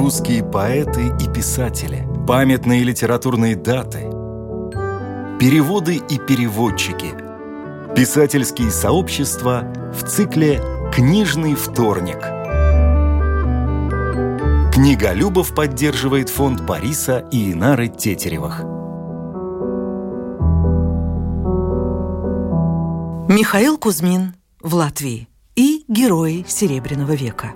русские поэты и писатели, памятные литературные даты, переводы и переводчики, писательские сообщества в цикле «Книжный вторник». Книголюбов поддерживает фонд Бориса и Инары Тетеревых. Михаил Кузьмин в Латвии и герои Серебряного века.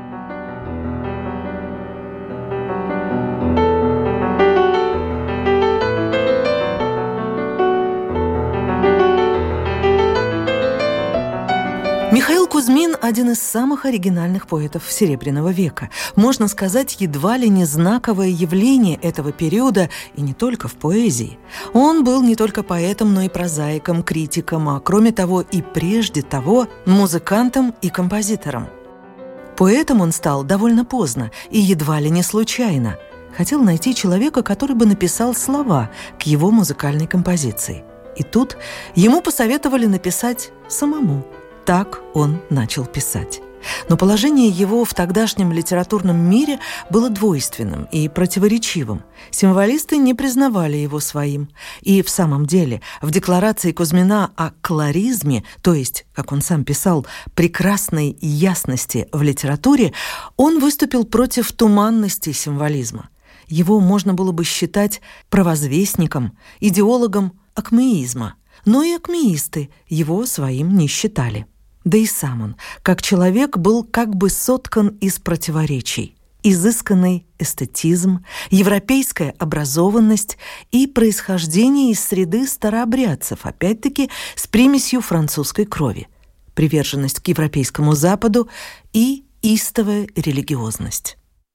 Михаил Кузьмин – один из самых оригинальных поэтов Серебряного века. Можно сказать, едва ли не знаковое явление этого периода, и не только в поэзии. Он был не только поэтом, но и прозаиком, критиком, а кроме того и прежде того музыкантом и композитором. Поэтом он стал довольно поздно и едва ли не случайно. Хотел найти человека, который бы написал слова к его музыкальной композиции. И тут ему посоветовали написать самому. Так он начал писать. Но положение его в тогдашнем литературном мире было двойственным и противоречивым. Символисты не признавали его своим. И в самом деле в декларации Кузьмина о кларизме, то есть, как он сам писал, прекрасной ясности в литературе, он выступил против туманности символизма. Его можно было бы считать провозвестником, идеологом акмеизма. Но и акмеисты его своим не считали. Да и сам он, как человек, был как бы соткан из противоречий. Изысканный эстетизм, европейская образованность и происхождение из среды старообрядцев, опять-таки с примесью французской крови, приверженность к европейскому Западу и истовая религиозность.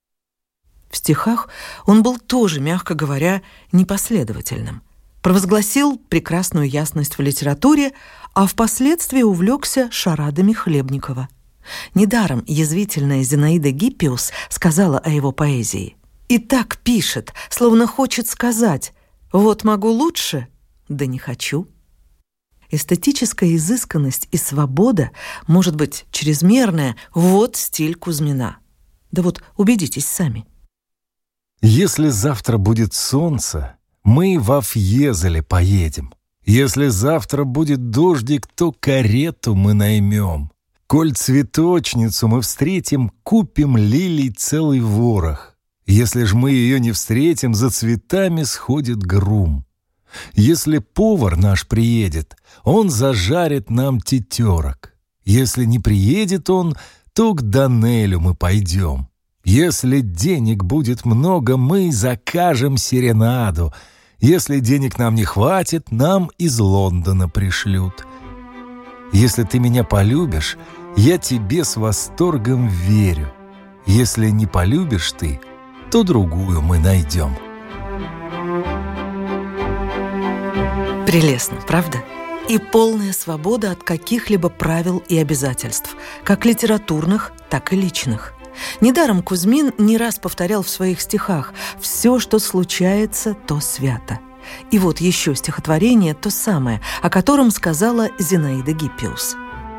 В стихах он был тоже, мягко говоря, непоследовательным. Провозгласил прекрасную ясность в литературе, а впоследствии увлекся шарадами Хлебникова. Недаром язвительная Зинаида Гиппиус сказала о его поэзии: «И так пишет, словно хочет сказать: вот могу лучше, да не хочу». Эстетическая изысканность и свобода, может быть, чрезмерная, вот стиль Кузьмина. Да вот убедитесь сами. Если завтра будет солнце, мы во Фьезеле поедем. Если завтра будет дождик, то карету мы наймем. Коль цветочницу мы встретим, купим лилий целый ворох. Если ж мы ее не встретим, за цветами сходит грум. Если повар наш приедет, он зажарит нам тетерок. Если не приедет он, то к Данелю мы пойдем. Если денег будет много, мы закажем серенаду. Если денег нам не хватит, нам из Лондона пришлют. Если ты меня полюбишь, я тебе с восторгом верю. Если не полюбишь ты, то другую мы найдем. Прелестно, правда? И полная свобода от каких-либо правил и обязательств, как литературных, так и личных. Недаром Кузьмин не раз повторял в своих стихах: «Все, что случается, то свято». И вот еще стихотворение, то самое, о котором сказала Зинаида Гиппиус.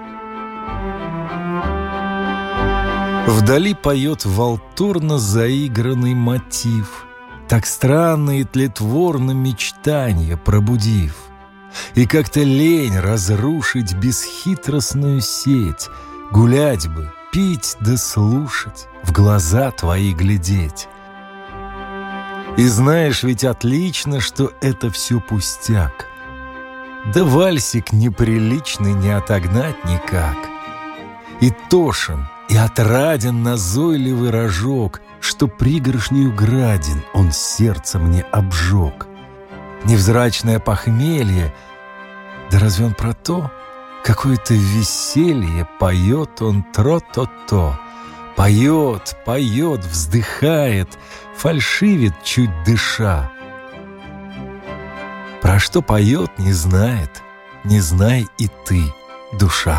Вдали поет валтурно заигранный мотив, так странно и тлетворно мечтанье пробудив. И как-то лень разрушить бесхитростную сеть, гулять бы, пить да слушать, в глаза твои глядеть. И знаешь ведь отлично, что это все пустяк. Да вальсик неприличный не отогнать никак. И тошен, и отраден назойливый рожок, что пригоршнею градин он сердце мне обжег. Невзрачное похмелье, да разве он про то? Какое-то веселье, поет он тро-то-то. Поет, поет, вздыхает, фальшивит, чуть дыша. Про что поет, не знает, не знай и ты, душа.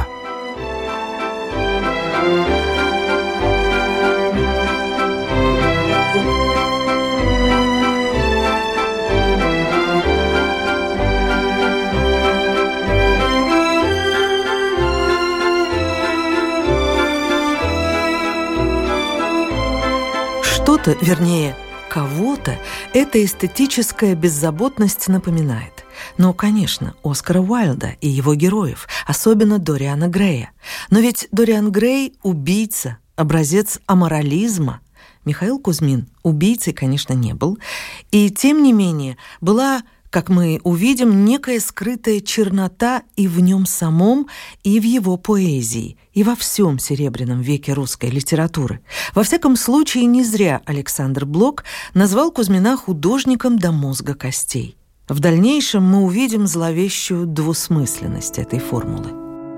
Что Что-то, вернее, кого-то эта эстетическая беззаботность напоминает. Ну, конечно, Оскара Уайльда и его героев, особенно Дориана Грея. Но ведь Дориан Грей – убийца, образец аморализма. Михаил Кузьмин убийцей, конечно, не был. И, тем не менее, была, как мы увидим, некая скрытая чернота и в нем самом, и в его поэзии, и во всем Серебряном веке русской литературы. Во всяком случае, не зря Александр Блок назвал Кузьмина художником до мозга костей. В дальнейшем мы увидим зловещую двусмысленность этой формулы.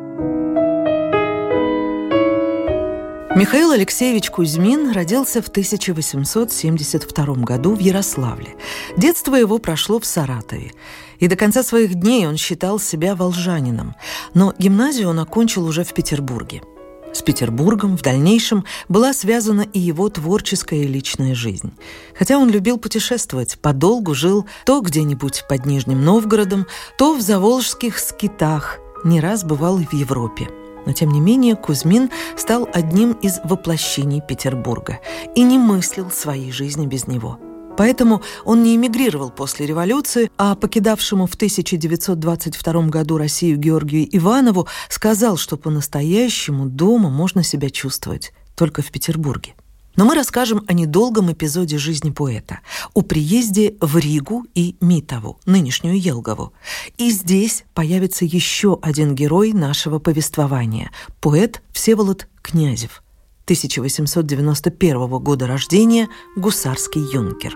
Михаил Алексеевич Кузьмин родился в 1872 году в Ярославле. Детство его прошло в Саратове. И до конца своих дней он считал себя волжанином. Но гимназию он окончил уже в Петербурге. С Петербургом в дальнейшем была связана и его творческая и личная жизнь. Хотя он любил путешествовать, подолгу жил то где-нибудь под Нижним Новгородом, то в заволжских скитах, не раз бывал и в Европе. Но, тем не менее, Кузьмин стал одним из воплощений Петербурга и не мыслил своей жизни без него. Поэтому он не эмигрировал после революции, а покидавшему в 1922 году Россию Георгию Иванову сказал, что по-настоящему дома можно себя чувствовать только в Петербурге. Но мы расскажем о недолгом эпизоде жизни поэта, о приезде в Ригу и Митову, нынешнюю Елгову. И здесь появится еще один герой нашего повествования – поэт Всеволод Князев, 1891 года рождения, гусарский юнкер.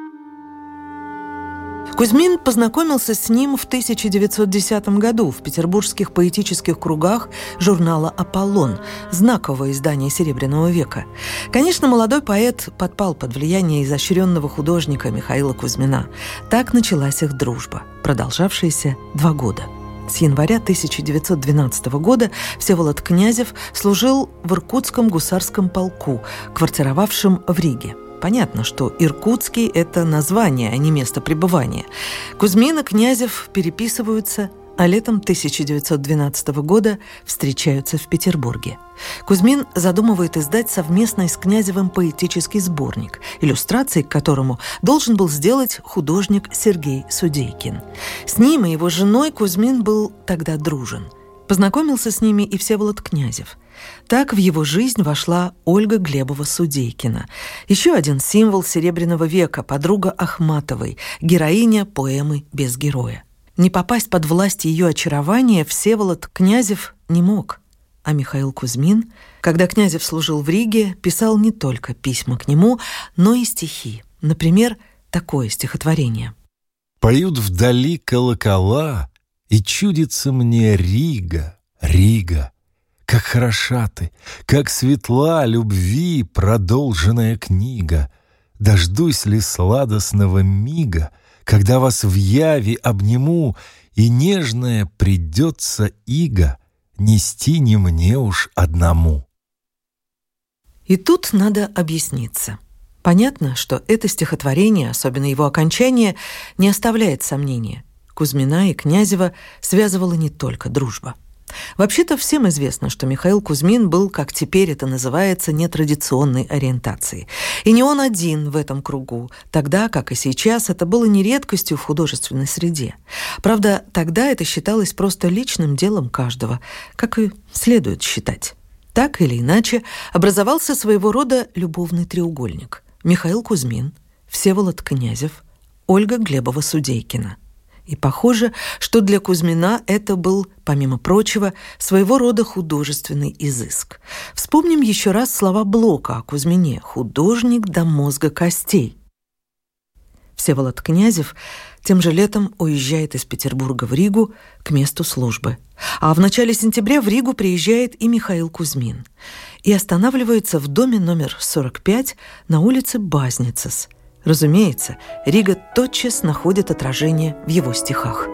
Кузьмин познакомился с ним в 1910 году в петербургских поэтических кругах журнала «Аполлон», знакового издания Серебряного века. Конечно, молодой поэт подпал под влияние изощренного художника Михаила Кузьмина. Так началась их дружба, продолжавшаяся 2 года. С января 1912 года Всеволод Князев служил в Иркутском гусарском полку, квартировавшем в Риге. Понятно, что Иркутский – это название, а не место пребывания. Кузьмин и Князев переписываются, а летом 1912 года встречаются в Петербурге. Кузьмин задумывает издать совместно с Князевым поэтический сборник, иллюстрации к которому должен был сделать художник Сергей Судейкин. С ним и его женой Кузьмин был тогда дружен. Познакомился с ними и Всеволод Князев. Так в его жизнь вошла Ольга Глебова-Судейкина. Еще один символ Серебряного века, подруга Ахматовой, героиня поэмы «Без героя». Не попасть под власть ее очарования Всеволод Князев не мог. А Михаил Кузьмин, когда Князев служил в Риге, писал не только письма к нему, но и стихи. Например, такое стихотворение. «Поют вдали колокола, и чудится мне Рига, Рига. Как хороша ты, как светла любви продолженная книга. Дождусь ли сладостного мига, когда вас в яви обниму, и нежная придется ига нести не мне уж одному». И тут надо объясниться. Понятно, что это стихотворение, особенно его окончание, не оставляет сомнения. Кузьмина и Князева связывала не только дружба. Вообще-то всем известно, что Михаил Кузьмин был, как теперь это называется, нетрадиционной ориентации. И не он один в этом кругу. Тогда, как и сейчас, это было не редкостью в художественной среде. Правда, тогда это считалось просто личным делом каждого, как и следует считать. Так или иначе, образовался своего рода любовный треугольник. Михаил Кузьмин, Всеволод Князев, Ольга Глебова-Судейкина. И похоже, что для Кузьмина это был, помимо прочего, своего рода художественный изыск. Вспомним еще раз слова Блока о Кузьмине: «художник до мозга костей». Всеволод Князев тем же летом уезжает из Петербурга в Ригу к месту службы. А в начале сентября в Ригу приезжает и Михаил Кузьмин. И останавливается в доме номер 45 на улице Базницас. Разумеется, Рига тотчас находит отражение в его стихах.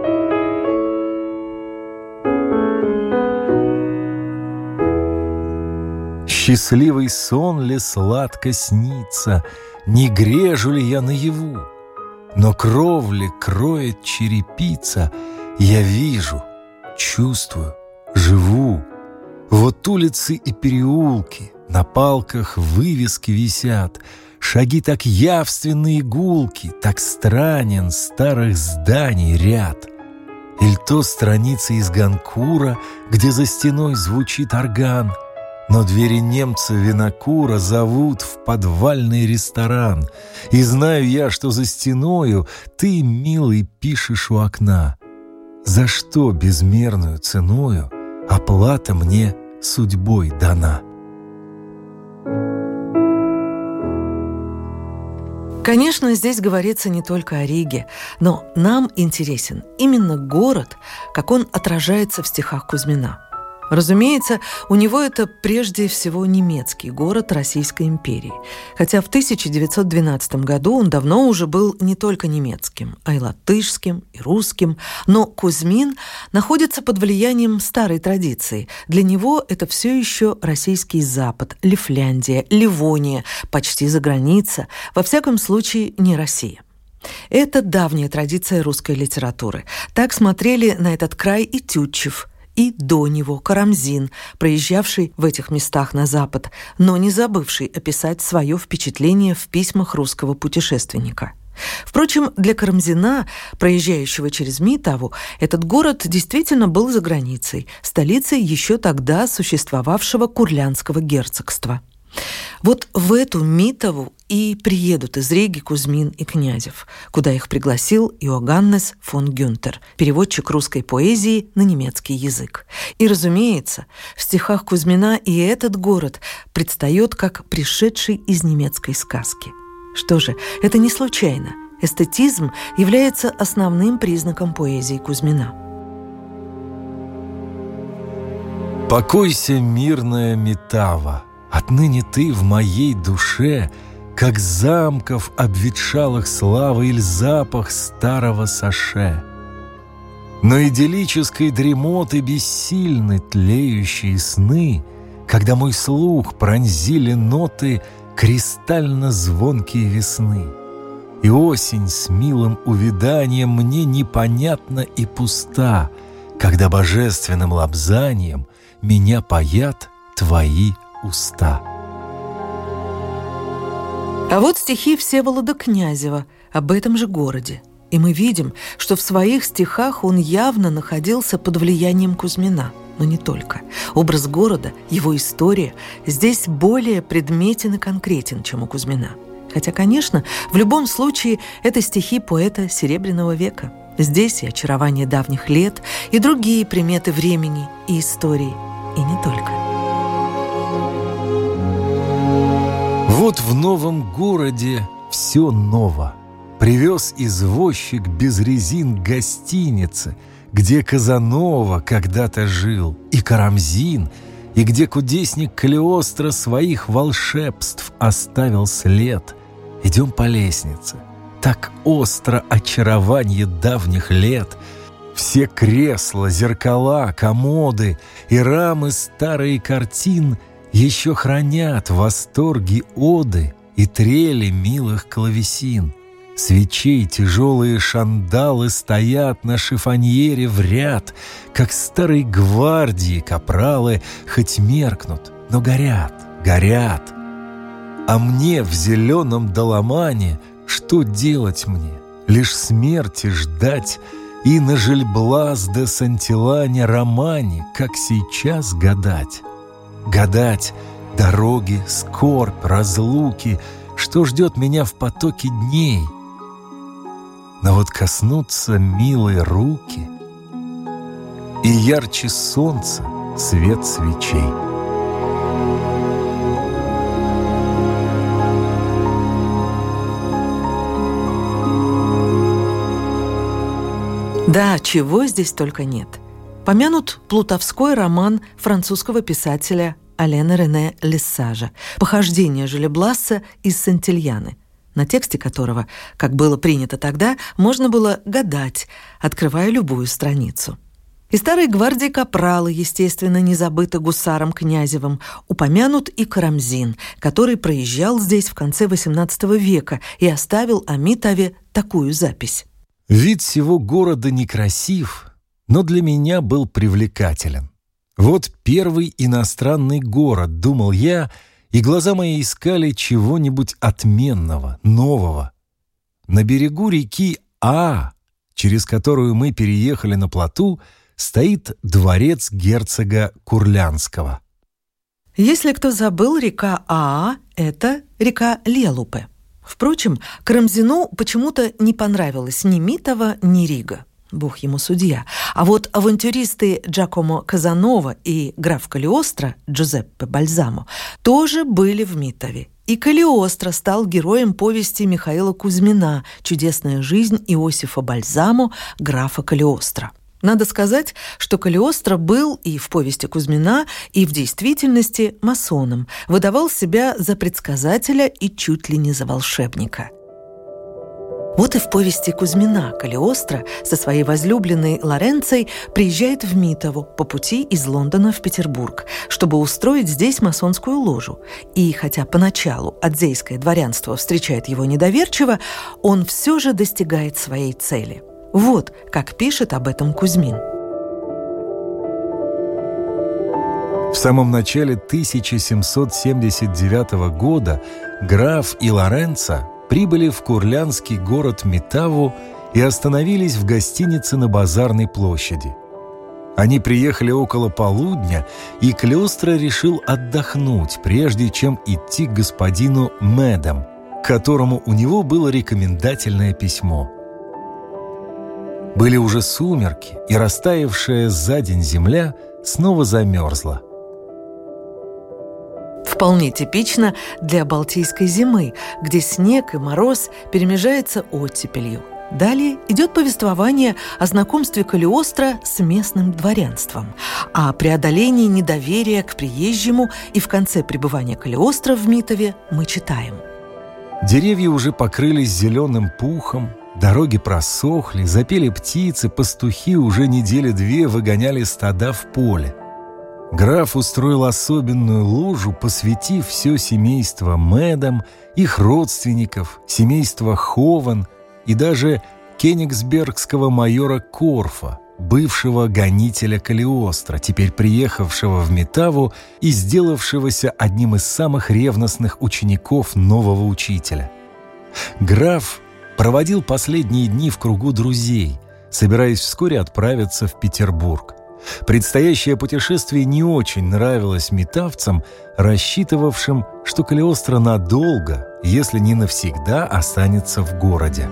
«Счастливый сон ли сладко снится, не грежу ли я наяву? Но кровли кроет черепица, я вижу, чувствую, живу. Вот улицы и переулки, на палках вывески висят, Шаги так явственны и гулки, так странен старых зданий ряд. Иль то страница из Ганкура, где за стеной звучит орган, но двери немца-винокура зовут в подвальный ресторан. И знаю я, что за стеною ты, милый, пишешь у окна. За что безмерную ценою оплата мне судьбой дана? Конечно, здесь говорится не только о Риге, но нам интересен именно город, как он отражается в стихах Кузьмина. Разумеется, у него это прежде всего немецкий город Российской империи, хотя в 1912 году он давно уже был не только немецким, а и латышским, и русским, но Кузьмин находится под влиянием старой традиции. Для него это все еще российский Запад, Лифляндия, Ливония, почти за граница, во всяком случае не Россия. Это давняя традиция русской литературы. Так смотрели на этот край и Тютчев, и до него Карамзин, проезжавший в этих местах на запад, но не забывший описать свое впечатление в письмах русского путешественника. Впрочем, для Карамзина, проезжающего через Митаву, этот город действительно был за границей, столицей еще тогда существовавшего Курляндского герцогства. Вот в эту Митаву и приедут из Риги Кузьмин и Князев, куда их пригласил Иоганнес фон Гюнтер, переводчик русской поэзии на немецкий язык. И, разумеется, в стихах Кузьмина и этот город предстает как пришедший из немецкой сказки. Что же, это не случайно. Эстетизм является основным признаком поэзии Кузьмина. «Покойся, мирная Митава, отныне ты в моей душе, как замков обветшалых слава иль запах старого саше. Но идиллической дремоты бессильны тлеющие сны, когда мой слух пронзили ноты кристально-звонкие весны. И осень с милым увяданием мне непонятна и пуста, когда божественным лобзанием меня паят твои уста». А вот стихи Всеволода Князева об этом же городе. И мы видим, что в своих стихах он явно находился под влиянием Кузьмина. Но не только. Образ города, его история здесь более предметен и конкретен, чем у Кузьмина. Хотя, конечно, в любом случае это стихи поэта Серебряного века. Здесь и очарование давних лет, и другие приметы времени и истории, и не только. Вот в новом городе все ново. Привез извозчик без резин к гостинице, где Казанова когда-то жил, и Карамзин, и где кудесник Калиостро своих волшебств оставил след. Идем по лестнице. Так остро очарование давних лет. Все кресла, зеркала, комоды и рамы старые картин еще хранят восторги оды и трели милых клавесин. Свечей тяжелые шандалы стоят на шифоньере в ряд, как старой гвардии капралы хоть меркнут, но горят, горят. А мне в зеленом доломане что делать мне? Лишь смерти ждать и на Жильблас де Сантиллане романе, как сейчас, гадать. Гадать дороги, скорбь, разлуки, что ждет меня в потоке дней. Но вот коснутся милые руки, и ярче солнца свет свечей. Да, чего здесь только нет. Помянут плутовской роман французского писателя Алена Рене Лессажа «Похождение Жильбласа из Сантильяны», на тексте которого, как было принято тогда, можно было гадать, открывая любую страницу. И старой гвардии капралы, естественно, не забыты гусаром Князевым. Упомянут и Карамзин, который проезжал здесь в конце XVIII века и оставил о Митаве такую запись. «Вид всего города некрасив, но для меня был привлекателен. Вот первый иностранный город, думал я, и глаза мои искали чего-нибудь отменного, нового. На берегу реки через которую мы переехали на плоту, стоит дворец герцога Курлянского. Если кто забыл, река – это река Лелупе. Впрочем, Карамзину почему-то не понравилось ни Митово, ни Рига. Бог ему судья. А вот авантюристы Джакомо Казанова и граф Калиостро Джузеппе Бальзамо тоже были в Митове. И Калиостро стал героем повести Михаила Кузьмина «Чудесная жизнь Иосифа Бальзамо, графа Калиостро». Надо сказать, что Калиостро был и в повести Кузьмина, и в действительности масоном, выдавал себя за предсказателя и чуть ли не за волшебника. Вот и в повести Кузьмина Калиостро со своей возлюбленной Лоренцией приезжает в Митово по пути из Лондона в Петербург, чтобы устроить здесь масонскую ложу. И хотя поначалу адзейское дворянство встречает его недоверчиво, он все же достигает своей цели. Вот как пишет об этом Кузьмин. В самом начале 1779 года граф и Лоренцо прибыли в курлянский город Митаву и остановились в гостинице на Базарной площади. Они приехали около полудня, и Калиостро решил отдохнуть, прежде чем идти к господину Медам, к которому у него было рекомендательное письмо. Были уже сумерки, и растаявшая за день земля снова замерзла. Вполне типично для балтийской зимы, где снег и мороз перемежаются оттепелью. Далее идет повествование о знакомстве Калиостро с местным дворянством, о преодолении недоверия к приезжему, и в конце пребывания Калиостро в Митове мы читаем. Деревья уже покрылись зеленым пухом, дороги просохли, запели птицы, пастухи уже недели две выгоняли стада в поле. Граф устроил особенную ложу, посвятив все семейство Медам, их родственников, семейство Хован и даже кенигсбергского майора Корфа, бывшего гонителя Калиостро, теперь приехавшего в Митаву и сделавшегося одним из самых ревностных учеников нового учителя. Граф проводил последние дни в кругу друзей, собираясь вскоре отправиться в Петербург. Предстоящее путешествие не очень нравилось митавцам, рассчитывавшим, что Калиостро надолго, если не навсегда, останется в городе.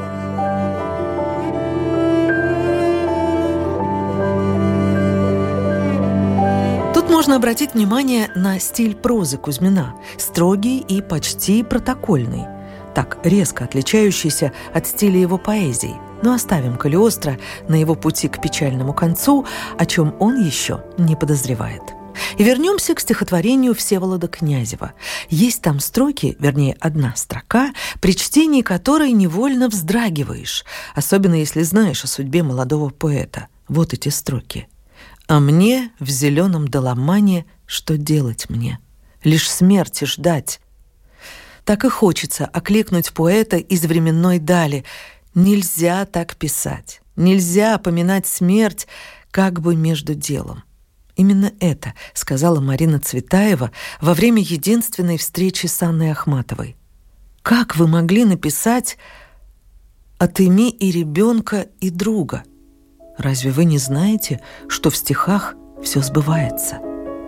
Тут можно обратить внимание на стиль прозы Кузьмина, строгий и почти протокольный, так резко отличающийся от стиля его поэзии. Но оставим Калиостро на его пути к печальному концу, о чем он еще не подозревает. И вернемся к стихотворению Всеволода Князева. Есть там строки, вернее, одна строка, при чтении которой невольно вздрагиваешь, особенно если знаешь о судьбе молодого поэта. Вот эти строки. «А мне в зеленом доломане что делать мне? Лишь смерти ждать». Так и хочется окликнуть поэта из временной дали. Нельзя так писать, нельзя поминать смерть как бы между делом. Именно это сказала Марина Цветаева во время единственной встречи с Анной Ахматовой. Как вы могли написать «Отыми и ребенка, и друга»? Разве вы не знаете, что в стихах все сбывается?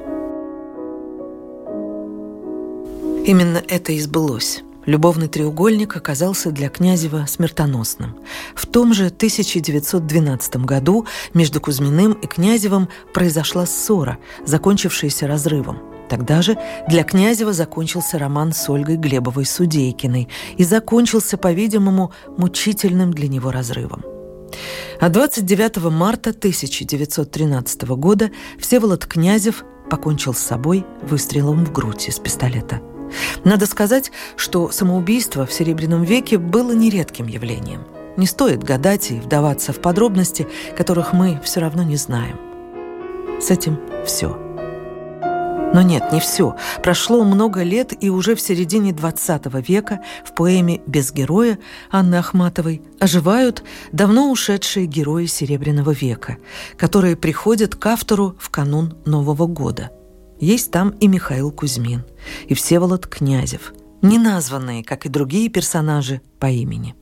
Именно это и сбылось. Любовный треугольник оказался для Князева смертоносным. В том же 1912 году между Кузьминым и Князевым произошла ссора, закончившаяся разрывом. Тогда же для Князева закончился роман с Ольгой Глебовой-Судейкиной и закончился, по-видимому, мучительным для него разрывом. А 29 марта 1913 года Всеволод Князев покончил с собой выстрелом в грудь из пистолета. Надо сказать, что самоубийство в Серебряном веке было нередким явлением. Не стоит гадать и вдаваться в подробности, которых мы все равно не знаем. С этим все. Но нет, не все. Прошло много лет, и уже в середине XX века в поэме «Без героя» Анны Ахматовой оживают давно ушедшие герои Серебряного века, которые приходят к автору в канун Нового года. Есть там и Михаил Кузьмин, и Всеволод Князев, не названные, как и другие персонажи, по имени.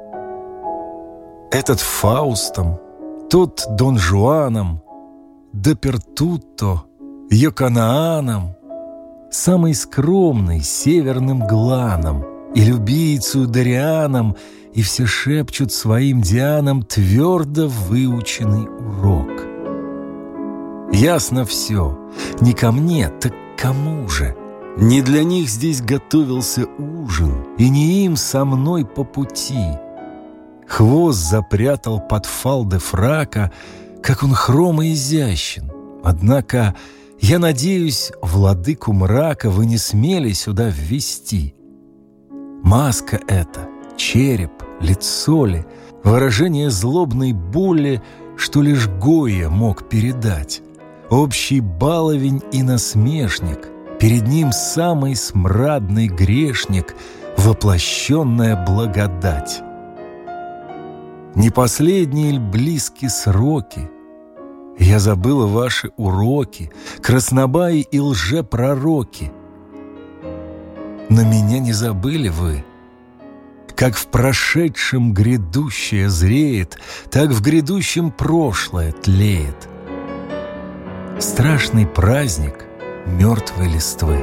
Этот Фаустом, тот Дон Жуаном, Дапертутто, Йоканааном, самый скромный северным Гланом и любийцу Дарианом, и все шепчут своим Дианам твердо выученный урок. Ясно все, не ко мне, так кому же? Не для них здесь готовился ужин, и не им со мной по пути. Хвост запрятал под фалды фрака, как он хром и изящен. Однако, я надеюсь, владыку мрака вы не смели сюда ввести. Маска эта, череп, лицо ли, выражение злобной боли, что лишь Гойя мог передать. Общий баловень и насмешник, перед ним самый смрадный грешник, воплощенная благодать. Не последние ль близки сроки? Я забыла ваши уроки, краснобаи и лжепророки. Но меня не забыли вы. Как в прошедшем грядущее зреет, так в грядущем прошлое тлеет. Страшный праздник мертвой листвы.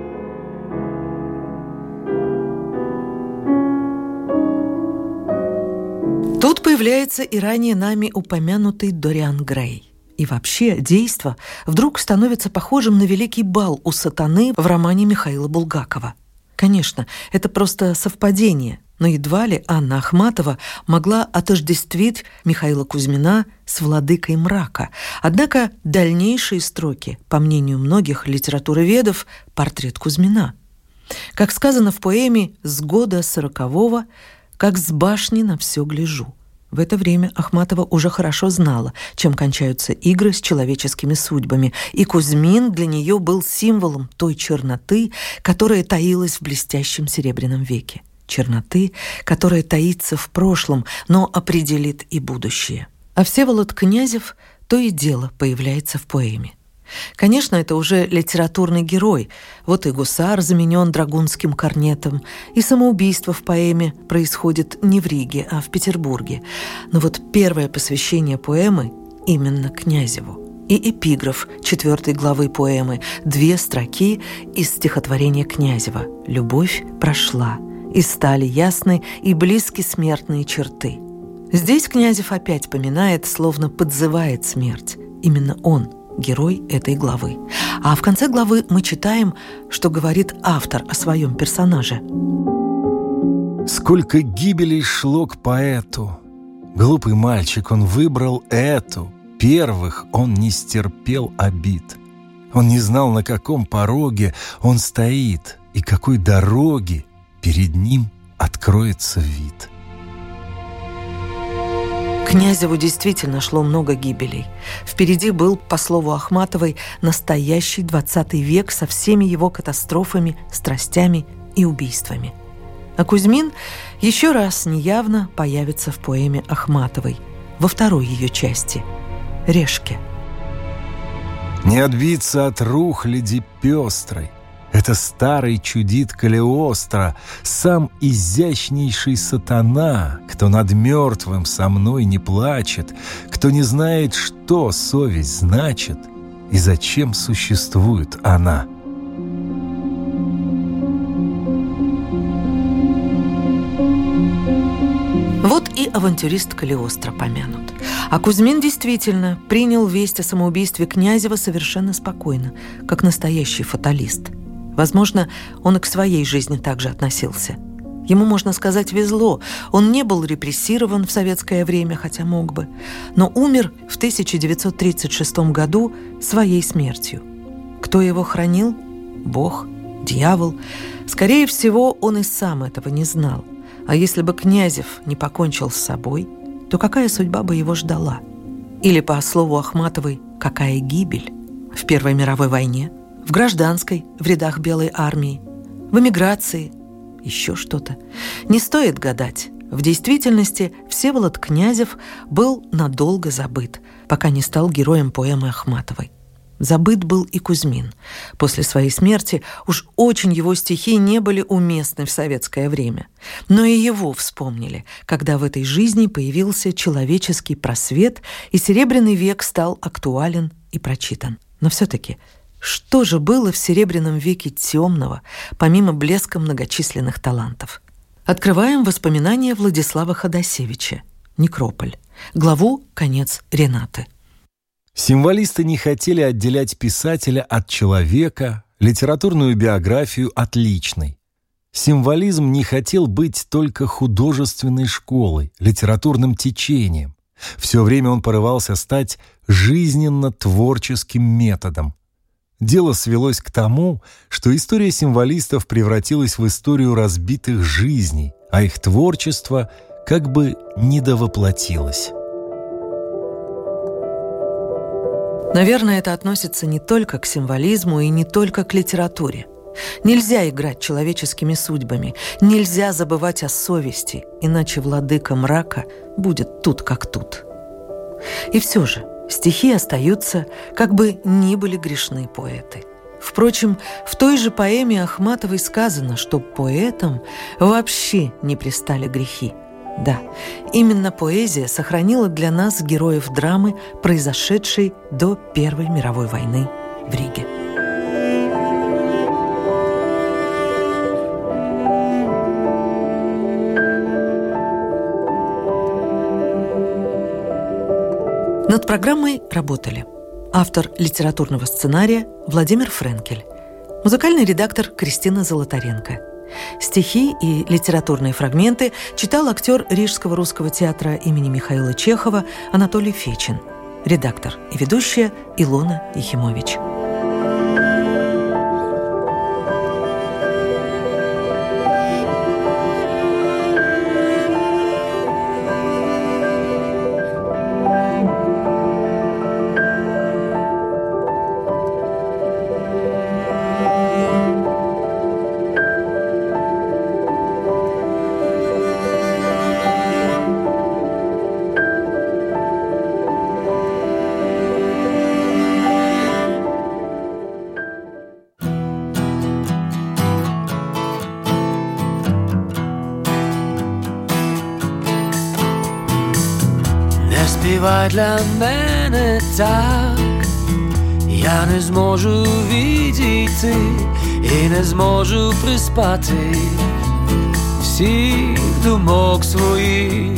Тут появляется и ранее нами упомянутый Дориан Грей. И вообще действо вдруг становится похожим на великий бал у сатаны в романе Михаила Булгакова. Конечно, это просто совпадение, но едва ли Анна Ахматова могла отождествить Михаила Кузьмина с владыкой мрака. Однако дальнейшие строки, по мнению многих литературоведов, портрет Кузьмина. Как сказано в поэме «С года 40-го, как с башни на все гляжу». В это время Ахматова уже хорошо знала, чем кончаются игры с человеческими судьбами, и Кузьмин для нее был символом той черноты, которая таилась в блестящем Серебряном веке. Черноты, которая таится в прошлом, но определит и будущее. А Всеволод Князев то и дело появляется в поэме. Конечно, это уже литературный герой. Вот и гусар заменен драгунским корнетом, и самоубийство в поэме происходит не в Риге, а в Петербурге. Но вот первое посвящение поэмы именно Князеву. И эпиграф 4 главы поэмы, 2 строки из стихотворения Князева «Любовь прошла, и стали ясны и близки смертные черты». Здесь Князев опять поминает, словно подзывает смерть. Именно он – герой этой главы. А в конце главы мы читаем, что говорит автор о своем персонаже. Сколько гибелей шло к поэту. Глупый мальчик, он выбрал эту. Первых он не стерпел обид. Он не знал, на каком пороге он стоит и какой дороги перед ним откроется вид. Князеву действительно шло много гибелей. Впереди был, по слову Ахматовой, настоящий 20 век со всеми его катастрофами, страстями и убийствами. А Кузьмин еще раз неявно появится в поэме Ахматовой, во второй ее части – «Решке». Не отбиться от рухляди пестрой. Это старый чудит Калиостро, сам изящнейший сатана, кто над мертвым со мной не плачет, кто не знает, что совесть значит и зачем существует она. Вот и авантюрист Калиостро помянут. А Кузьмин действительно принял весть о самоубийстве Князева совершенно спокойно, как настоящий фаталист. Возможно, он и к своей жизни также относился. Ему, можно сказать, везло. Он не был репрессирован в советское время, хотя мог бы, но умер в 1936 году своей смертью. Кто его хранил? Бог, дьявол. Скорее всего, он и сам этого не знал. А если бы Князев не покончил с собой, то какая судьба бы его ждала? Или, по слову Ахматовой, какая гибель? В Первой мировой войне? В гражданской, в рядах Белой армии, в эмиграции, еще что-то. Не стоит гадать. В действительности Всеволод Князев был надолго забыт, пока не стал героем поэмы Ахматовой. Забыт был и Кузьмин. После своей смерти уж очень его стихи не были уместны в советское время. Но и его вспомнили, когда в этой жизни появился человеческий просвет, и Серебряный век стал актуален и прочитан. Но все-таки, что же было в Серебряном веке темного, помимо блеска многочисленных талантов? Открываем воспоминания Владислава Ходосевича «Некрополь», главу «Конец Ренаты». Символисты не хотели отделять писателя от человека, литературную биографию от личной. Символизм не хотел быть только художественной школой, литературным течением. Все время он порывался стать жизненно-творческим методом. Дело свелось к тому, что история символистов превратилась в историю разбитых жизней, а их творчество как бы недовоплотилось. Наверное, это относится не только к символизму и не только к литературе. Нельзя играть человеческими судьбами, нельзя забывать о совести, иначе владыка мрака будет тут как тут. И все же стихи остаются, как бы ни были грешны поэты. Впрочем, в той же поэме Ахматовой сказано, что поэтам вообще не пристали грехи. Да, именно поэзия сохранила для нас героев драмы, произошедшей до Первой мировой войны в Риге. Над программой работали автор литературного сценария Владимир Френкель, музыкальный редактор Кристина Золотаренко. Стихи и литературные фрагменты читал актер Рижского русского театра имени Михаила Чехова Анатолий Фечин, редактор и ведущая Илона Ехимович. Співай для мене так, я не зможу відійти і не зможу приспати всіх думок своїх.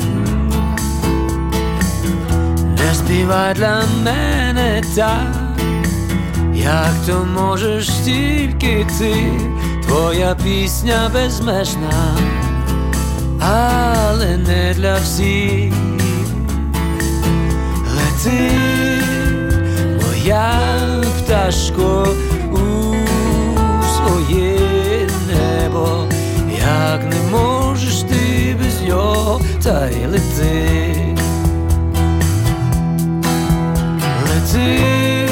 Не співай для мене так, як то можеш тільки ти, твоя пісня безмежна, але не для всіх. Ти, моя пташко, у своє небо, як не можеш ти без нього, та й лети. Лети,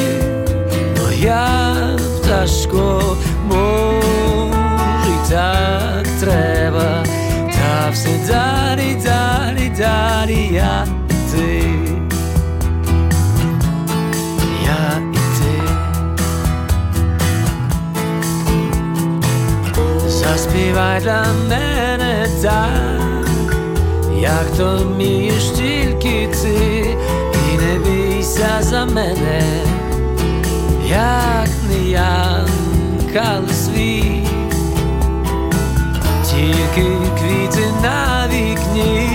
моя пташко, може й так треба, та все далі, далі, далі я і ти. Заспівай для мене так, як то вмієш тільки ти, і не бійся за мене, як не янка світ. Тільки квіти на вікні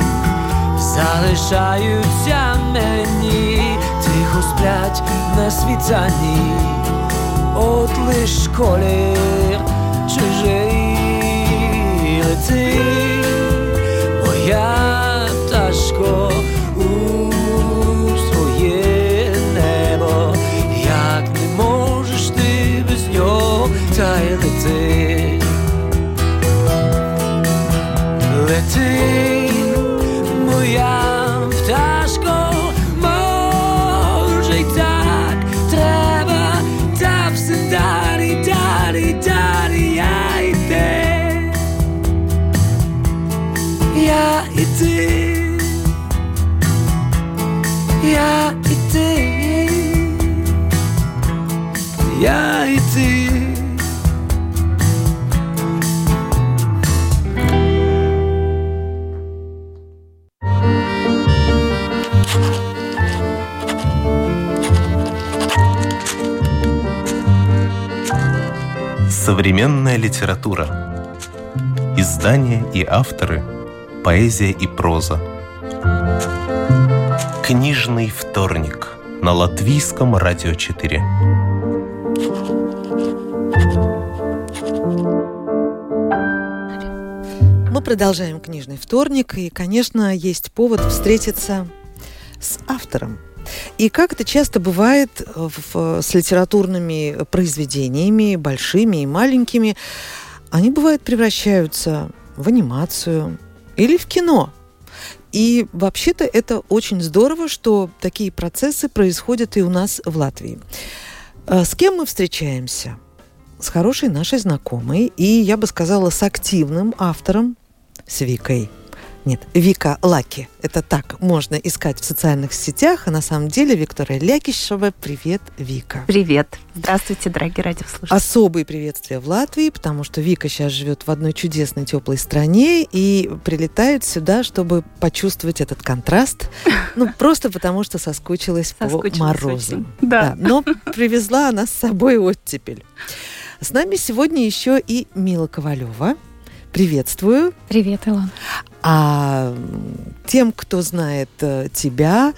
залишаються мені, тихо сплять на світанні, от лиш колір чужий. Лети, моя пташко, у своє небо, як не можеш ти без нього, та й лети. Лети, моя пташко, може й так треба, та все далі, далі, далі я йде. Я і ти, я і ти. я и ты. Современная литература. Издания и авторы. Поэзия и проза. Книжный вторник на Латвийском радио 4. Мы продолжаем книжный вторник, и, конечно, есть повод встретиться с автором. И как это часто бывает с литературными произведениями, большими и маленькими, они, бывает, превращаются в анимацию или в кино. И вообще-то это очень здорово, что такие процессы происходят и у нас в Латвии. С кем мы встречаемся? С хорошей нашей знакомой, и, я бы сказала, с активным автором, с Викой. Нет, Вика Лаки. Это так можно искать в социальных сетях. А на самом деле Виктория Лякишева. Привет, Вика. Привет. Здравствуйте, дорогие радиослушатели. Особые приветствия в Латвии, потому что Вика сейчас живет в одной чудесной теплой стране и прилетает сюда, чтобы почувствовать этот контраст. Ну, просто потому что соскучилась по морозам. Да. Но привезла она с собой оттепель. С нами сегодня еще и Мила Ковалева. Приветствую. Привет, Илон. А тем, кто знает тебя,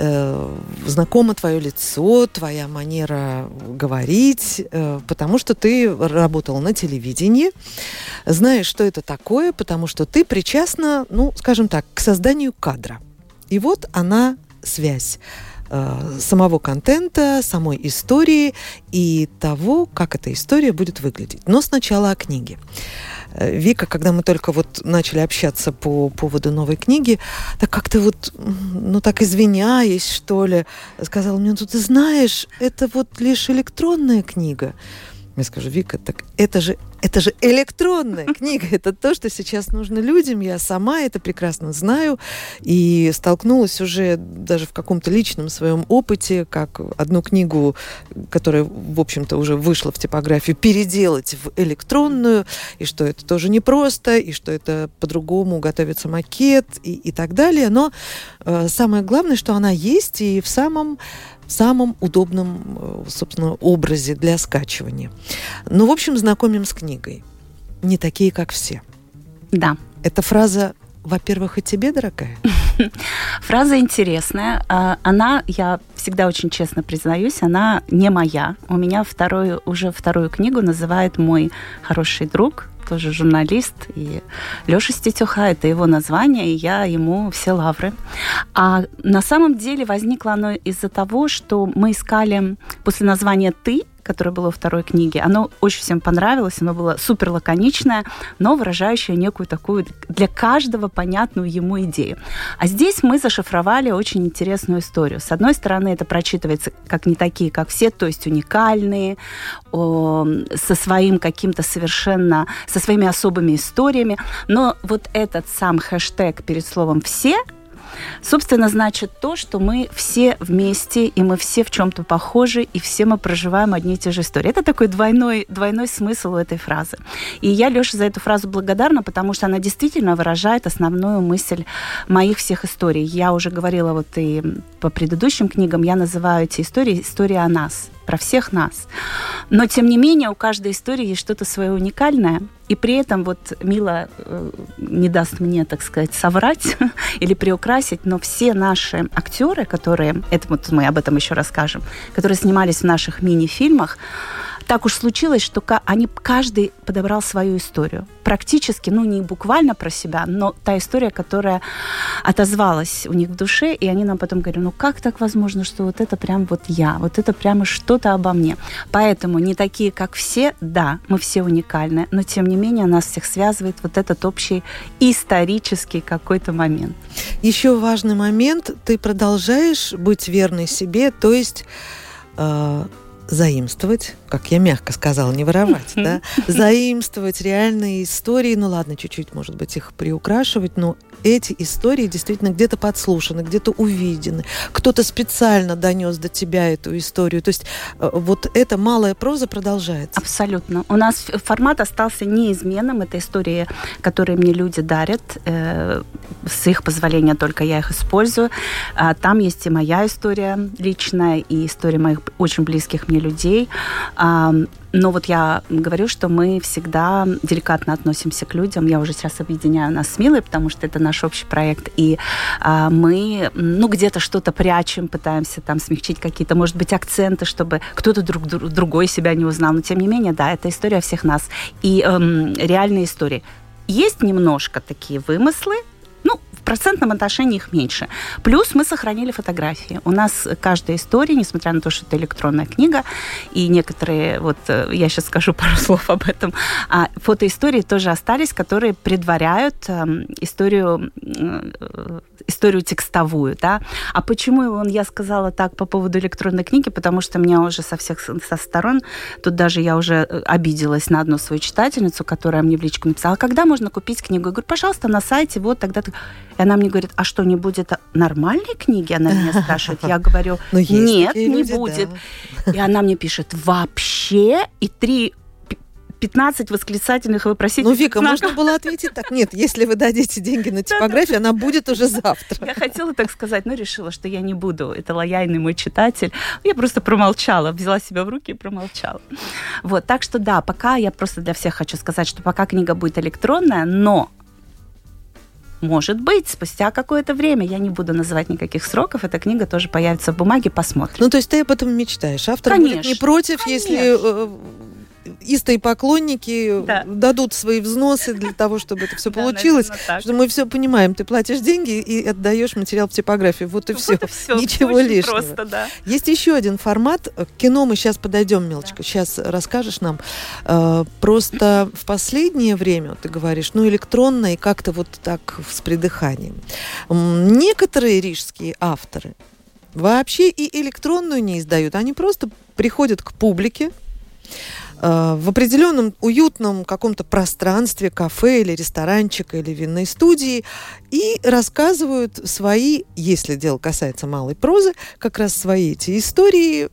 знакомо твое лицо, твоя манера говорить, потому что ты работала на телевидении, знаешь, что это такое, потому что ты причастна, ну, скажем так, к созданию кадра. И вот она, связь самого контента, самой истории и того, как эта история будет выглядеть. Но сначала о книге. Вика, когда мы только вот начали общаться по поводу новой книги, так как-то вот, ну так извиняясь, что ли, сказала мне, ну ты знаешь, это вот лишь электронная книга. Я скажу, Вика, так это же электронная книга, это то, что сейчас нужно людям, я сама это прекрасно знаю, и столкнулась уже даже в каком-то личном своем опыте, как одну книгу, которая, в общем-то, уже вышла в типографию, переделать в электронную, и что это тоже непросто, и что это по-другому готовится макет, и так далее, но самое главное, что она есть, и в самом удобном, собственно, образе для скачивания. Ну, в общем, знакомим с книгой. Не такие, как все. Да. Эта фраза, во-первых, и тебе, дорогая? Фраза интересная. Она, я всегда очень честно признаюсь, она не моя. У меня уже вторую книгу называет мой хороший друг, тоже журналист, и Лёша Стетюха, это его название, и я ему все лавры. А на самом деле возникло оно из-за того, что мы искали после названия «Ты», которое было во второй книге, оно очень всем понравилось, оно было супер лаконичное, но выражающее некую такую для каждого понятную ему идею. А здесь мы зашифровали очень интересную историю. С одной стороны, это прочитывается как не такие, как все, то есть уникальные, со своим каким-то совершенно, со своими особыми историями, но вот этот сам хэштег перед словом «все», собственно, значит то, что мы все вместе, и мы все в чем-то похожи, и все мы проживаем одни и те же истории. Это такой двойной смысл у этой фразы. И я Лёше за эту фразу благодарна, потому что она действительно выражает основную мысль моих всех историй. Я уже говорила вот и по предыдущим книгам, я называю эти истории о нас, про всех нас. Но, тем не менее, у каждой истории есть что-то свое уникальное, и при этом вот Мила не даст мне, так сказать, соврать или приукрасить, но все наши актеры, которые, это вот мы об этом еще расскажем, которые снимались в наших мини-фильмах, так уж случилось, что каждый подобрал свою историю. Практически, не буквально про себя, но та история, которая отозвалась у них в душе, и они нам потом говорили, как так возможно, что вот это прям вот я, вот это прямо что-то обо мне. Поэтому не такие, как все, да, мы все уникальны, но тем не менее нас всех связывает вот этот общий исторический какой-то момент. Еще важный момент, ты продолжаешь быть верной себе, то есть заимствовать как я мягко сказала, не воровать, да, заимствовать реальные истории, ну ладно, чуть-чуть, может быть, их приукрашивать, но эти истории действительно где-то подслушаны, где-то увидены, кто-то специально донес до тебя эту историю, то есть вот эта малая проза продолжается. Абсолютно. У нас формат остался неизменным, это истории, которые мне люди дарят, с их позволения только я их использую. Там есть и моя история личная, и история моих очень близких мне людей. Но вот я говорю, что мы всегда деликатно относимся к людям. Я уже сейчас объединяю нас с Милой, потому что это наш общий проект. И мы, где-то что-то прячем, пытаемся там смягчить какие-то, может быть, акценты, чтобы кто-то другой себя не узнал. Но, тем не менее, да, это история всех нас. И реальные истории. Есть немножко такие вымыслы, в процентном отношении их меньше. Плюс мы сохранили фотографии. У нас каждая история, несмотря на то, что это электронная книга, и некоторые, я сейчас скажу пару слов об этом, фотоистории тоже остались, которые предваряют историю текстовую. Да? А почему я сказала так по поводу электронной книги? Потому что меня уже со сторон, тут даже я уже обиделась на одну свою читательницу, которая мне в личку написала: когда можно купить книгу? Я говорю: пожалуйста, на сайте, тогда... И она мне говорит: а что, не будет нормальной книги? Она меня спрашивает. Я говорю: нет, не будет. Да. И она мне пишет: вообще? И 15 восклицательных вопросительных Вика, знаков. Можно было ответить так: нет, если вы дадите деньги на типографию, она будет уже завтра. Я хотела так сказать, но решила, что я не буду. Это лояльный мой читатель. Я просто промолчала, взяла себя в руки и промолчала. Так что да, пока я просто для всех хочу сказать, что пока книга будет электронная, но может быть, спустя какое-то время, я не буду называть никаких сроков, эта книга тоже появится в бумаге, посмотрим. То есть ты об этом мечтаешь? Автор будет не против, если истые поклонники дадут свои взносы для того, чтобы это все получилось. Что мы все понимаем, ты платишь деньги и отдаешь материал в типографию. Вот и все. Ничего лишнего. Просто, да. Есть еще один формат. К кино мы сейчас подойдем, Милочка. Сейчас расскажешь нам. Просто в последнее время, ты говоришь, электронно и как-то вот так с придыханием. Некоторые рижские авторы вообще и электронную не издают. Они просто приходят к публике в определенном уютном каком-то пространстве, кафе или ресторанчика или винной студии, и рассказывают свои, если дело касается малой прозы, как раз свои эти истории,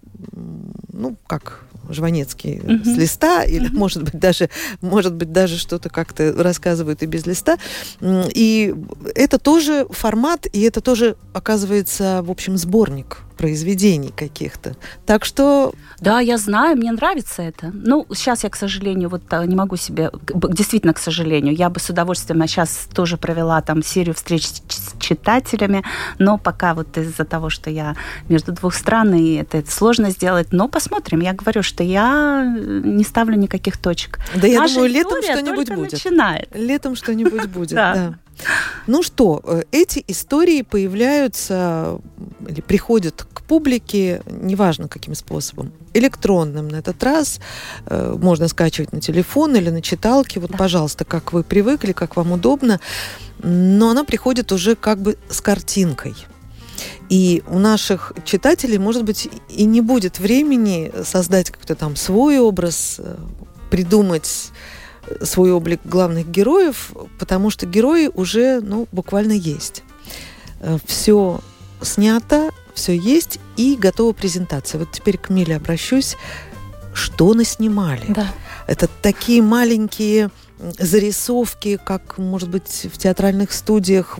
как Жванецкий с листа, или, может быть, даже что-то как-то рассказывают и без листа. И это тоже формат, и это тоже, оказывается, в общем, сборник произведений каких-то. Так что... Да, я знаю, мне нравится это. Сейчас я, к сожалению, не могу себе... Действительно, к сожалению, я бы с удовольствием сейчас тоже провела там серию встреч с читателями, но пока из-за того, что я между двух стран, и это сложно сделать. Но посмотрим. Я говорю, что я не ставлю никаких точек. Да, я думаю, летом что-нибудь будет. Начинает. Летом что-нибудь будет, да. Эти истории появляются или приходят к публике, неважно каким способом, электронным на этот раз, можно скачивать на телефон или на читалке, пожалуйста, как вы привыкли, как вам удобно, но она приходит уже как бы с картинкой. И у наших читателей, может быть, и не будет времени создать какой-то там свой образ, придумать свой облик главных героев, потому что герои уже, буквально есть. Все снято, все есть и готова презентация. Теперь к Миле обращусь. Что наснимали? Да. Это такие маленькие зарисовки, как, может быть, в театральных студиях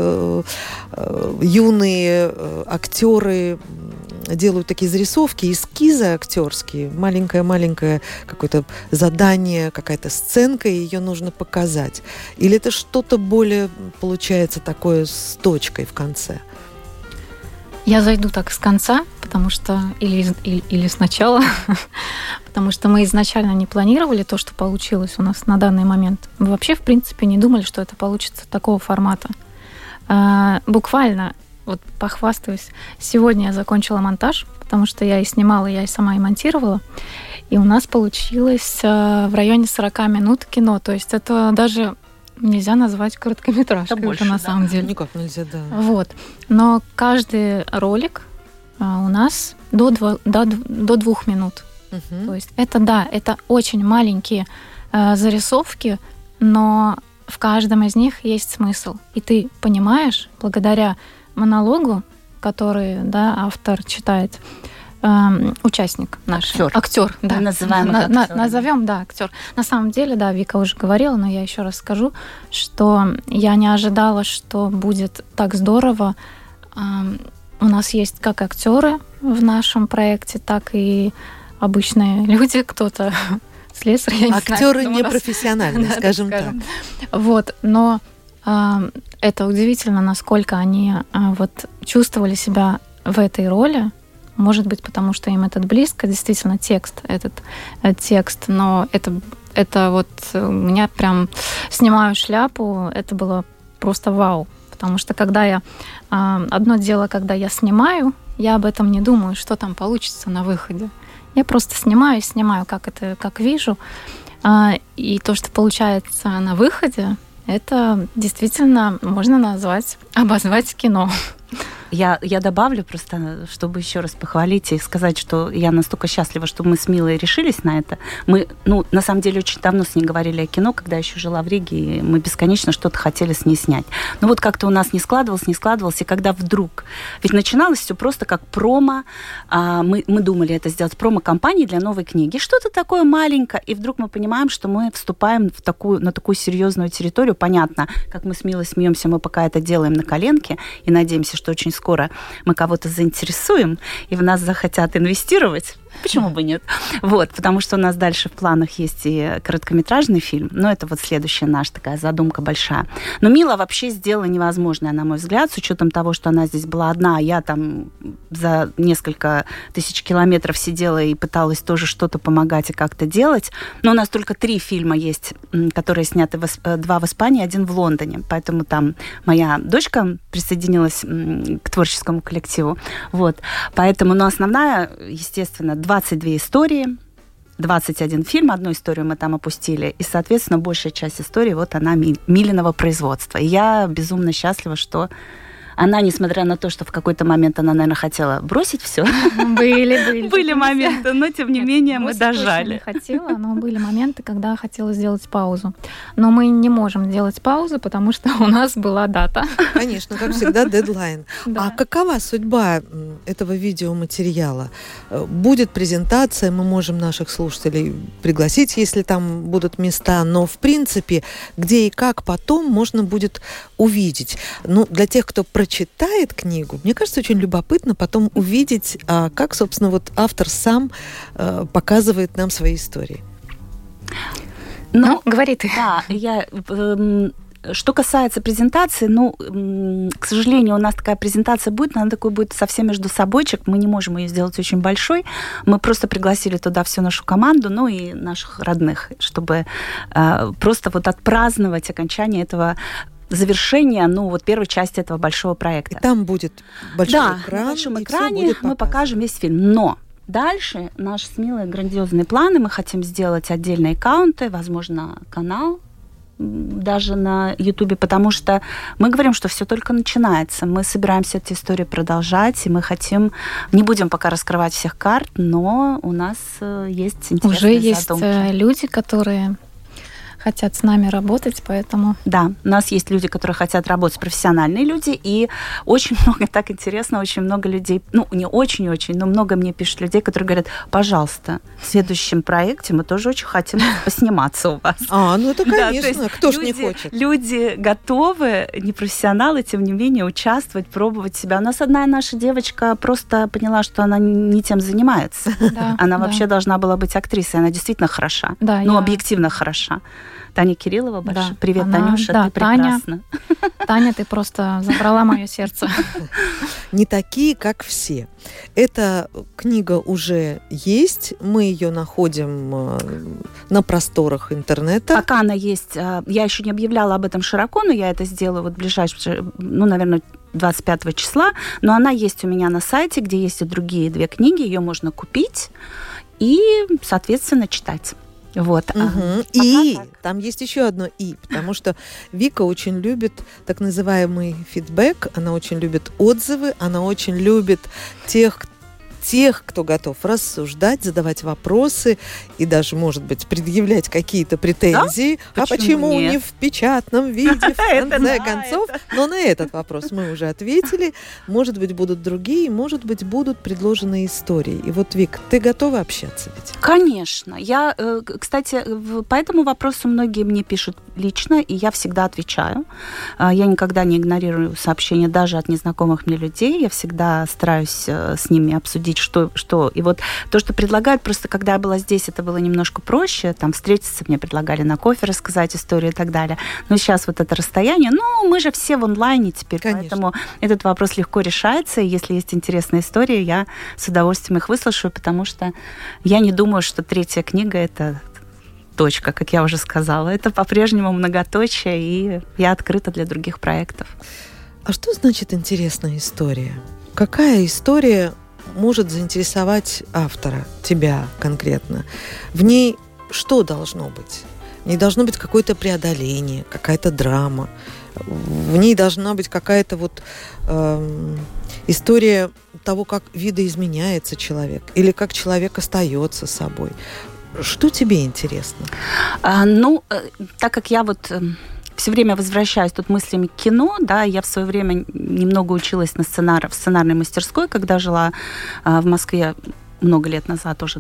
юные актеры делают такие зарисовки, эскизы актерские, маленькое-маленькое какое-то задание, какая-то сценка, и ее нужно показать. Или это что-то более, получается, такое с точкой в конце? Я зайду так с конца, потому что или сначала, потому что мы изначально не планировали то, что получилось у нас на данный момент. Мы вообще, в принципе, не думали, что это получится такого формата. Буквально, похвастаюсь, сегодня я закончила монтаж, потому что я и снимала, я и сама и монтировала, и у нас получилось в районе 40 минут кино, то есть это даже... Нельзя назвать короткометражкой больше, на самом деле. Никак нельзя, да. Но каждый ролик у нас до 2 минут. То есть это очень маленькие зарисовки, но в каждом из них есть смысл. И ты понимаешь, благодаря монологу, который автор читает, участник наш. Актер, да. Назовем, актер. На самом деле, Вика уже говорила, но я еще раз скажу, что я не ожидала, что будет так здорово. У нас есть как актеры в нашем проекте, так и обычные люди, кто-то слесарь, я не знаю. Актеры непрофессиональные, скажем так. Вот, но это удивительно, насколько они чувствовали себя в этой роли. Может быть, потому что им это близко, действительно, этот текст, но это вот у меня прям снимаю шляпу, это было просто вау. Потому что одно дело, когда я снимаю, я об этом не думаю, что там получится на выходе. Я просто снимаю, как вижу. И то, что получается на выходе, это действительно можно обозвать кино. Я добавлю просто, чтобы еще раз похвалить и сказать, что я настолько счастлива, что мы с Милой решились на это. Мы, на самом деле, очень давно с ней говорили о кино, когда еще жила в Риге, и мы бесконечно что-то хотели с ней снять. Но вот как-то у нас не складывалось, и когда вдруг... Ведь начиналось все просто как промо. Мы думали это сделать промо-компанией для новой книги. Что-то такое маленькое, и вдруг мы понимаем, что мы вступаем на такую серьезную территорию. Понятно, как мы с Милой смеемся, мы пока это делаем на коленке, и надеемся, что очень скоро мы кого-то заинтересуем, и в нас захотят инвестировать. Почему бы нет? Вот, потому что у нас дальше в планах есть и короткометражный фильм, но это вот следующая наша такая задумка большая. Но Мила вообще сделала невозможное, на мой взгляд, с учетом того, что она здесь была одна, а я там за несколько тысяч километров сидела и пыталась тоже что-то помогать и как-то делать. Но у нас только 3 фильма есть, которые сняты 2 в Испании, 1 в Лондоне. Поэтому там моя дочка присоединилась к творческому коллективу. Вот. Поэтому, основная, естественно, 22 истории, 21 фильм, 1 историю мы там опустили, и, соответственно, большая часть истории, вот она Милиного производства. И я безумно счастлива, что она, несмотря на то, что в какой-то момент она, наверное, хотела бросить все. Были моменты, но, тем не менее, мы дожали. Не хотела, но были моменты, когда хотела сделать паузу. Но мы не можем делать паузу, потому что у нас была дата. Конечно, как всегда, дедлайн. А какова судьба этого видеоматериала? Будет презентация, мы можем наших слушателей пригласить, если там будут места, но, в принципе, где и как потом можно будет увидеть. Для тех, кто прочитает книгу, мне кажется, очень любопытно потом увидеть, как, собственно, вот автор сам показывает нам свои истории. Говори ты. Да, что касается презентации, к сожалению, у нас такая презентация будет, но она такой будет совсем между собойчик, мы не можем ее сделать очень большой, мы просто пригласили туда всю нашу команду, и наших родных, чтобы просто вот отпраздновать окончание этого завершение, первой части этого большого проекта. И там будет большой экран. На большом экране мы покажем весь фильм. Но дальше наши смелые грандиозные планы. Мы хотим сделать отдельные аккаунты, возможно, канал даже на Ютубе, потому что мы говорим, что все только начинается. Мы собираемся эту историю продолжать, и мы хотим... Не будем пока раскрывать всех карт, но у нас есть интересные задумки. Уже есть люди, которые хотят с нами работать, поэтому... Да, у нас есть люди, которые хотят работать, профессиональные люди, и очень много, так интересно, очень много людей, не очень-очень, но много мне пишут людей, которые говорят, пожалуйста, в следующем проекте мы тоже очень хотим посниматься у вас. Это конечно, кто ж не хочет. Люди готовы, непрофессионалы, тем не менее, участвовать, пробовать себя. У нас одна наша девочка просто поняла, что она не тем занимается. Она вообще должна была быть актрисой, она действительно хороша, объективно хороша. Таня Кириллова, большой привет, Танюша, ты прекрасна. Таня, ты просто забрала мое сердце. Не такие, как все. Эта книга уже есть, мы ее находим на просторах интернета. Пока она есть, я еще не объявляла об этом широко, но я это сделаю вот ближайшее, наверное, 25 числа, но она есть у меня на сайте, где есть и другие 2 книги, ее можно купить и, соответственно, читать. Вот. И там есть еще одно «и», потому что Вика очень любит так называемый фидбэк, она очень любит отзывы, она очень любит тех, тех, кто готов рассуждать, задавать вопросы и даже, может быть, предъявлять какие-то претензии. Да? А почему нет? Не в печатном виде, в конце концов? Но на этот вопрос мы уже ответили. Может быть, будут другие, может быть, будут предложены истории. И вот, Вик, ты готова общаться ведь? Конечно. Я, кстати, по этому вопросу многие мне пишут лично, и я всегда отвечаю. Я никогда не игнорирую сообщения даже от незнакомых мне людей. Я всегда стараюсь с ними обсудить, что. И вот то, что предлагают, просто когда я была здесь, это было немножко проще. Там встретиться, мне предлагали на кофе рассказать историю и так далее. Но сейчас вот это расстояние, мы же все в онлайне теперь, конечно. Поэтому этот вопрос легко решается. И если есть интересные истории, я с удовольствием их выслушаю, потому что я не думаю, что 3-я книга – это точка, как я уже сказала. Это по-прежнему многоточие, и я открыта для других проектов. А что значит интересная история? Какая история может заинтересовать автора, тебя конкретно? В ней что должно быть? В ней должно быть какое-то преодоление, какая-то драма. В ней должна быть какая-то история того, как видоизменяется человек, или как человек остается собой. Что тебе интересно? Так как я все время возвращаюсь тут мыслями к кино, да, я в свое время немного училась в сценарной мастерской, когда жила в Москве много лет назад уже.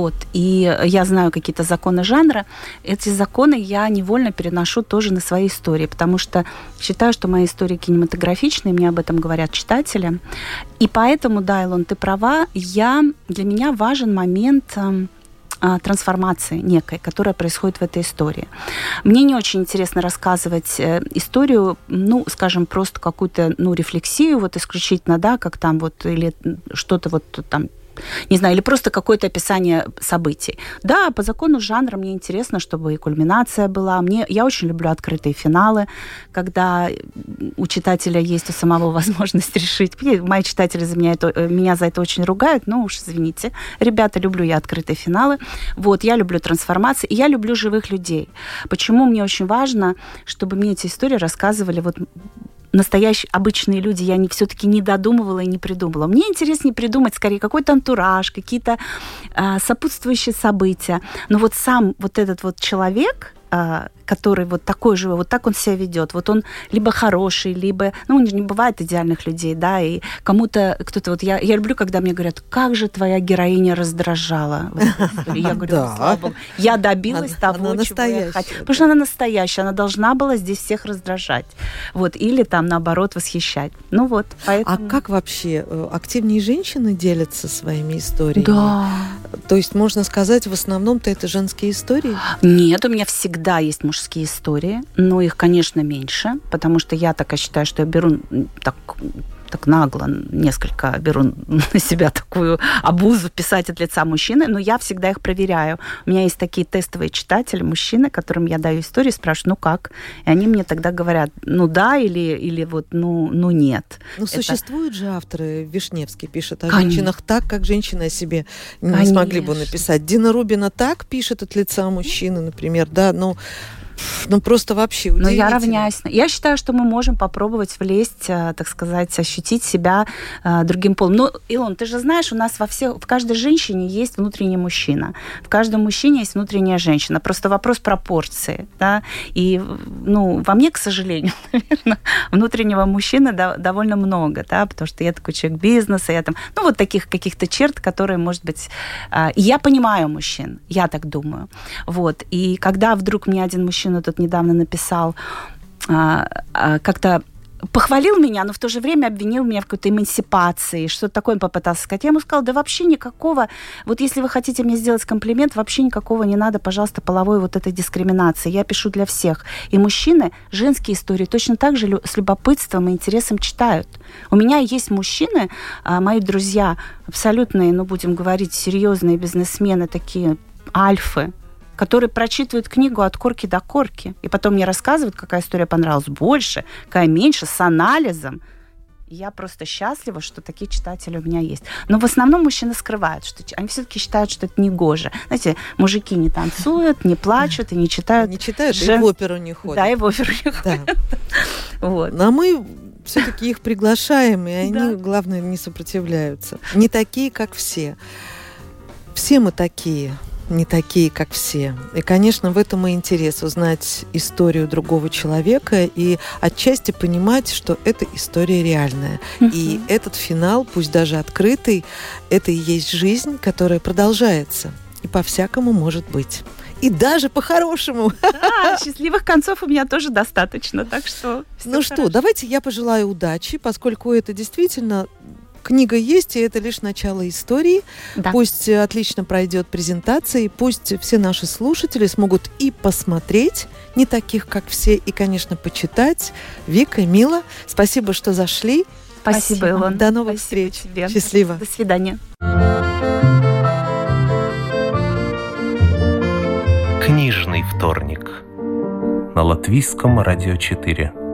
И я знаю какие-то законы жанра. Эти законы я невольно переношу тоже на свои истории, потому что считаю, что мои истории кинематографичные, мне об этом говорят читатели. И поэтому, да, Илон, ты права, для меня важен момент трансформации некой, которая происходит в этой истории. Мне не очень интересно рассказывать историю, скажем, просто какую-то, рефлексию, исключительно, да, как там или что-то там, не знаю, или просто какое-то описание событий. Да, по закону жанра мне интересно, чтобы и кульминация была. Я очень люблю открытые финалы, когда у читателя есть у самого возможность решить. Мои читатели меня за это очень ругают, уж извините. Ребята, люблю я открытые финалы. Я люблю трансформации, и я люблю живых людей. Почему мне очень важно, чтобы мне эти истории рассказывали настоящие, обычные люди, я все-таки не додумывала и не придумывала. Мне интереснее придумать, скорее, какой-то антураж, какие-то сопутствующие события. Но сам этот человек, который такой же, так он себя ведет. Он либо хороший, либо... не бывает идеальных людей, да, и кому-то, кто-то... Я люблю, когда мне говорят, как же твоя героиня раздражала. Я говорю, слава Богу, я добилась того, чего я хотела. Потому что она настоящая, она должна была здесь всех раздражать. Или там, наоборот, восхищать. Поэтому... А как вообще активнее женщины делятся своими историями? Да. То есть, можно сказать, в основном-то это женские истории? Нет, у меня всегда есть мужские истории, но их, конечно, меньше, потому что я так считаю, что я беру так нагло несколько беру на себя такую обузу писать от лица мужчины, но я всегда их проверяю. У меня есть такие тестовые читатели, мужчины, которым я даю истории, спрашиваю, как? И они мне тогда говорят, да, или нет. Существуют же авторы, Вишневский пишет о женщинах так, как женщины о себе не смогли бы написать. Дина Рубина так пишет от лица мужчины, например, да, просто вообще удивительно. Но я равняюсь. Я считаю, что мы можем попробовать влезть, так сказать, ощутить себя другим полом. Илон, ты же знаешь, у нас в каждой женщине есть внутренний мужчина. В каждом мужчине есть внутренняя женщина. Просто вопрос пропорции, да. И, во мне, к сожалению, наверное, внутреннего мужчины довольно много, да, потому что я такой человек бизнеса, я там, таких каких-то черт, которые, может быть... И я понимаю мужчин, я так думаю. И когда вдруг мне один мужчина тут недавно написал, как-то похвалил меня, но в то же время обвинил меня в какой-то эмансипации, что-то такое он попытался сказать. Я ему сказала, да вообще никакого, если вы хотите мне сделать комплимент, вообще никакого не надо, пожалуйста, половой этой дискриминации. Я пишу для всех. И мужчины женские истории точно так же с любопытством и интересом читают. У меня есть мужчины, мои друзья, абсолютные, будем говорить, серьезные бизнесмены, такие альфы, которые прочитывают книгу от корки до корки, и потом мне рассказывают, какая история понравилась больше, какая меньше, с анализом. Я просто счастлива, что такие читатели у меня есть. Но в основном мужчины скрывают, что они все-таки считают, что это негоже. Знаете, мужики не танцуют, не плачут и не читают. Не читают, и в оперу не ходят. Да, и в оперу не ходят. Да. А мы все-таки их приглашаем, и они, главное, не сопротивляются. Не такие, как все. Все мы такие, не такие, как все. И, конечно, в этом и интерес узнать историю другого человека и отчасти понимать, что эта история реальная. И этот финал, пусть даже открытый, это и есть жизнь, которая продолжается. И по-всякому может быть. И даже по-хорошему. Да, счастливых концов у меня тоже достаточно, так что Ну что, давайте я пожелаю удачи, поскольку это действительно книга есть, и это лишь начало истории. Да. Пусть отлично пройдет презентация, и пусть все наши слушатели смогут и посмотреть «Не таких, как все», и, конечно, почитать. Вика, Мила, спасибо, что зашли. Спасибо, Илон. До новых встреч. Тебе. Счастливо. До свидания. Книжный вторник на Латвийском радио 4.